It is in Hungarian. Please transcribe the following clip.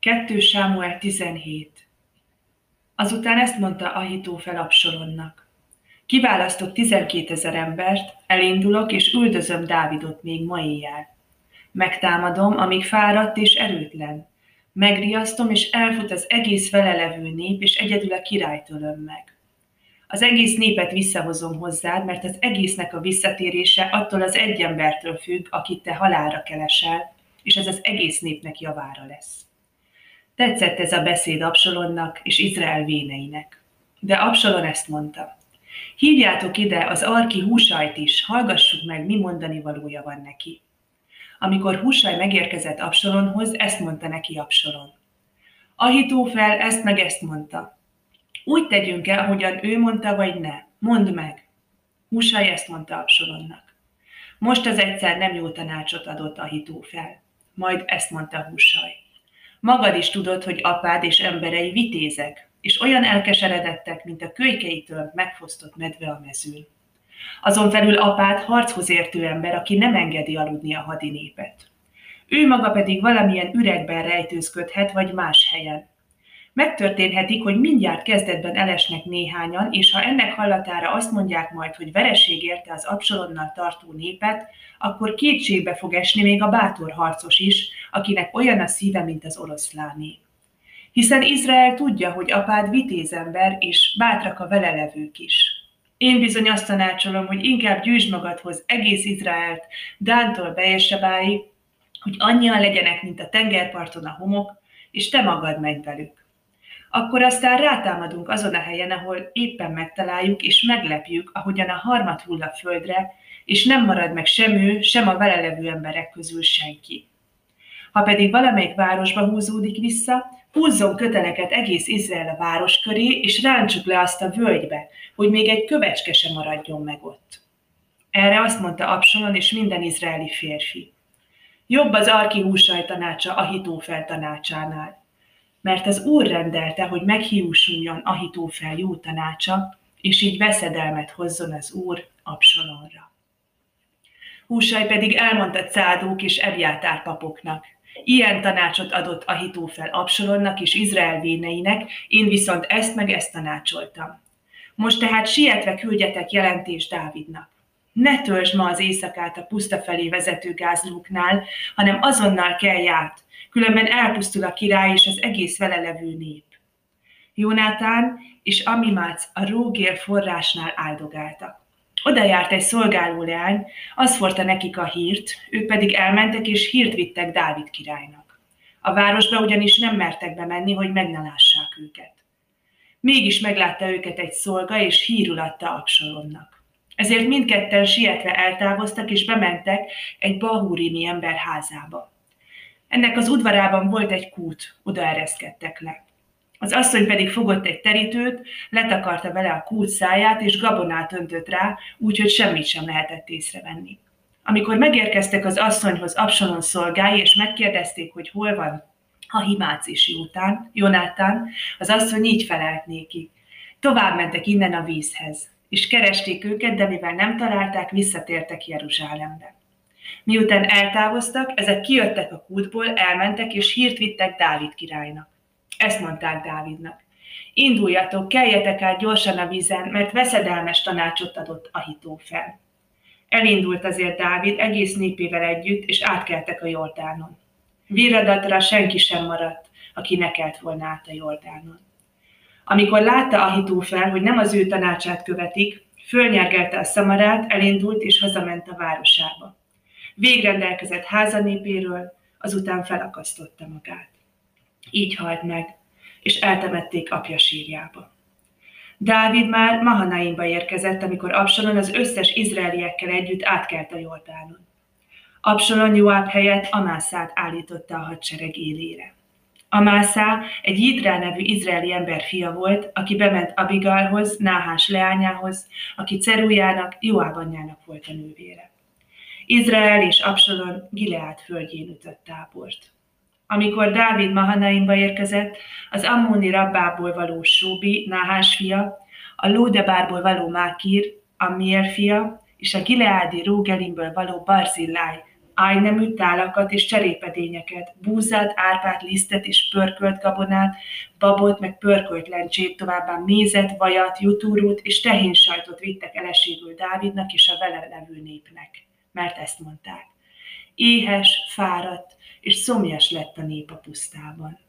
2 Sámuel 17. Azután ezt mondta Ahitófel Absalonnak: Kiválasztok 12 000 embert, elindulok és üldözöm Dávidot még ma éjjel. Megtámadom, amíg fáradt és erőtlen. Megriasztom, és elfut az egész vele levő nép, és egyedül a királyt ölöm meg. Az egész népet visszahozom hozzád, mert az egésznek a visszatérése attól az egy embertől függ, akit te halálra keresel, és ez az egész népnek javára lesz. Tetszett ez a beszéd Absalonnak és Izrael véneinek. De Absalon ezt mondta: Hívjátok ide az arki Húsajt is, hallgassuk meg, mi mondani valója van neki. Amikor Húsaj megérkezett Absalonhoz, ezt mondta neki Absalon: Ahitófel ezt meg ezt mondta. Úgy tegyünk-e, ahogyan ő mondta, vagy ne? Mondd meg. Húsaj ezt mondta Absalonnak: Most az egyszer nem jó tanácsot adott Ahitófel. Majd ezt mondta Húsaj: Magad is tudod, hogy apád és emberei vitézek, és olyan elkeseredettek, mint a kölykeitől megfosztott medve a mezőn. Azon felül apád harchoz értő ember, aki nem engedi aludni a hadinépet. Ő maga pedig valamilyen üregben rejtőzködhet, vagy más helyen. Megtörténhetik, hogy mindjárt kezdetben elesnek néhányan, és ha ennek hallatára azt mondják majd, hogy vereség érte az Absalonnal tartó népet, akkor kétségbe fog esni még a bátor harcos is, akinek olyan a szíve, mint az oroszláné. Hiszen Izrael tudja, hogy apád vitézember, és bátrak a vele levők is. Én bizony azt tanácsolom, hogy inkább gyűjtsd magadhoz egész Izraelt, Dántól Beersebáig, hogy annyian legyenek, mint a tengerparton a homok, és te magad menj velük. Akkor aztán rátámadunk azon a helyen, ahol éppen megtaláljuk, és meglepjük, ahogyan a harmat hull a földre, és nem marad meg sem ő, sem a vele levő emberek közül senki. Ha pedig valamelyik városba húzódik vissza, húzzon köteleket egész Izrael a város köré, és rántsuk le azt a völgybe, hogy még egy kövecske sem maradjon meg ott. Erre azt mondta Absalon és minden izraeli férfi: Jobb az arki Húsaj tanácsa Ahitófel tanácsánál, mert az Úr rendelte, hogy meghiúsuljon Ahitófel jó tanácsa, és így veszedelmet hozzon az Úr Absalonra. Húsaj pedig elmondta Cádók és Ebjátár papoknak: Ilyen tanácsot adott Ahitófel Absalonnak és Izrael véneinek, én viszont ezt meg ezt tanácsoltam. Most tehát sietve küldjetek jelentést Dávidnak. Ne töltsd ma az éjszakát a puszta felé vezető gázlóknál, hanem azonnal kelj át, különben elpusztul a király és az egész vele levő nép. Jónátán és Amimác a Rógér forrásnál áldogáltak. Oda járt egy szolgáló leány, az hordta nekik a hírt, ők pedig elmentek és hírt vittek Dávid királynak. A városba ugyanis nem mertek bemenni, hogy meg ne lássák őket. Mégis meglátta őket egy szolga, és hírul adta Absalonnak. Ezért mindketten sietve eltávoztak, és bementek egy bahúrimi ember házába. Ennek az udvarában volt egy kút, oda ereszkedtek le. Az asszony pedig fogott egy terítőt, letakarta vele a kút száját, és gabonát öntött rá, úgyhogy semmit sem lehetett észrevenni. Amikor megérkeztek az asszonyhoz Absalon szolgái, és megkérdezték, hogy hol van Ahimác és Jónátán, az asszony így felelt néki: Tovább mentek innen a vízhez, és keresték őket, de mivel nem találták, visszatértek Jeruzsálembe. Miután eltávoztak, ezek kijöttek a kútból, elmentek, és hírt vittek Dávid királynak. Ezt mondták Dávidnak: Induljatok, keljetek át gyorsan a vízen, mert veszedelmes tanácsot adott Ahitófel. Elindult azért Dávid egész népével együtt, és átkeltek a Jordánon. Virradatra senki sem maradt, aki ne kelt volna át a Jordánon. Amikor látta Ahitófel, hogy nem az ő tanácsát követik, fölnyergelte a szamarát, elindult és hazament a városába. Végrendelkezett háza népéről, azután felakasztotta magát. Így halt meg, és eltemették apja sírjába. Dávid már Mahanaimba érkezett, amikor Absalon az összes izraeliekkel együtt átkelt a Jordánon. Absalon Joáb helyett Amászát állította a hadsereg élére. Amászá egy Jidrá nevű izraeli ember fia volt, aki bement Abigailhoz, Náhás leányához, aki Cerújának, Joáb anyjának volt a nővére. Izrael és Absalon Gileád földjén ütött tábort. Amikor Dávid Mahanaimba érkezett, az ammóni Rabbából való Sóbi, Náhás fia, a Lódebárból való Mákír, Ammiel fia, és a gileádi Rógelimből való Barzilláj ágynemű tálakat és cserépedényeket, búzát, árpát, lisztet és pörkölt gabonát, babot meg pörkölt lencsét, továbbá mézet, vajat, jutúrút és tehénsajtot vittek eleségül Dávidnak és a vele levő népnek, mert ezt mondták. Éhes, fáradt és szomjas lett a nép a pusztában.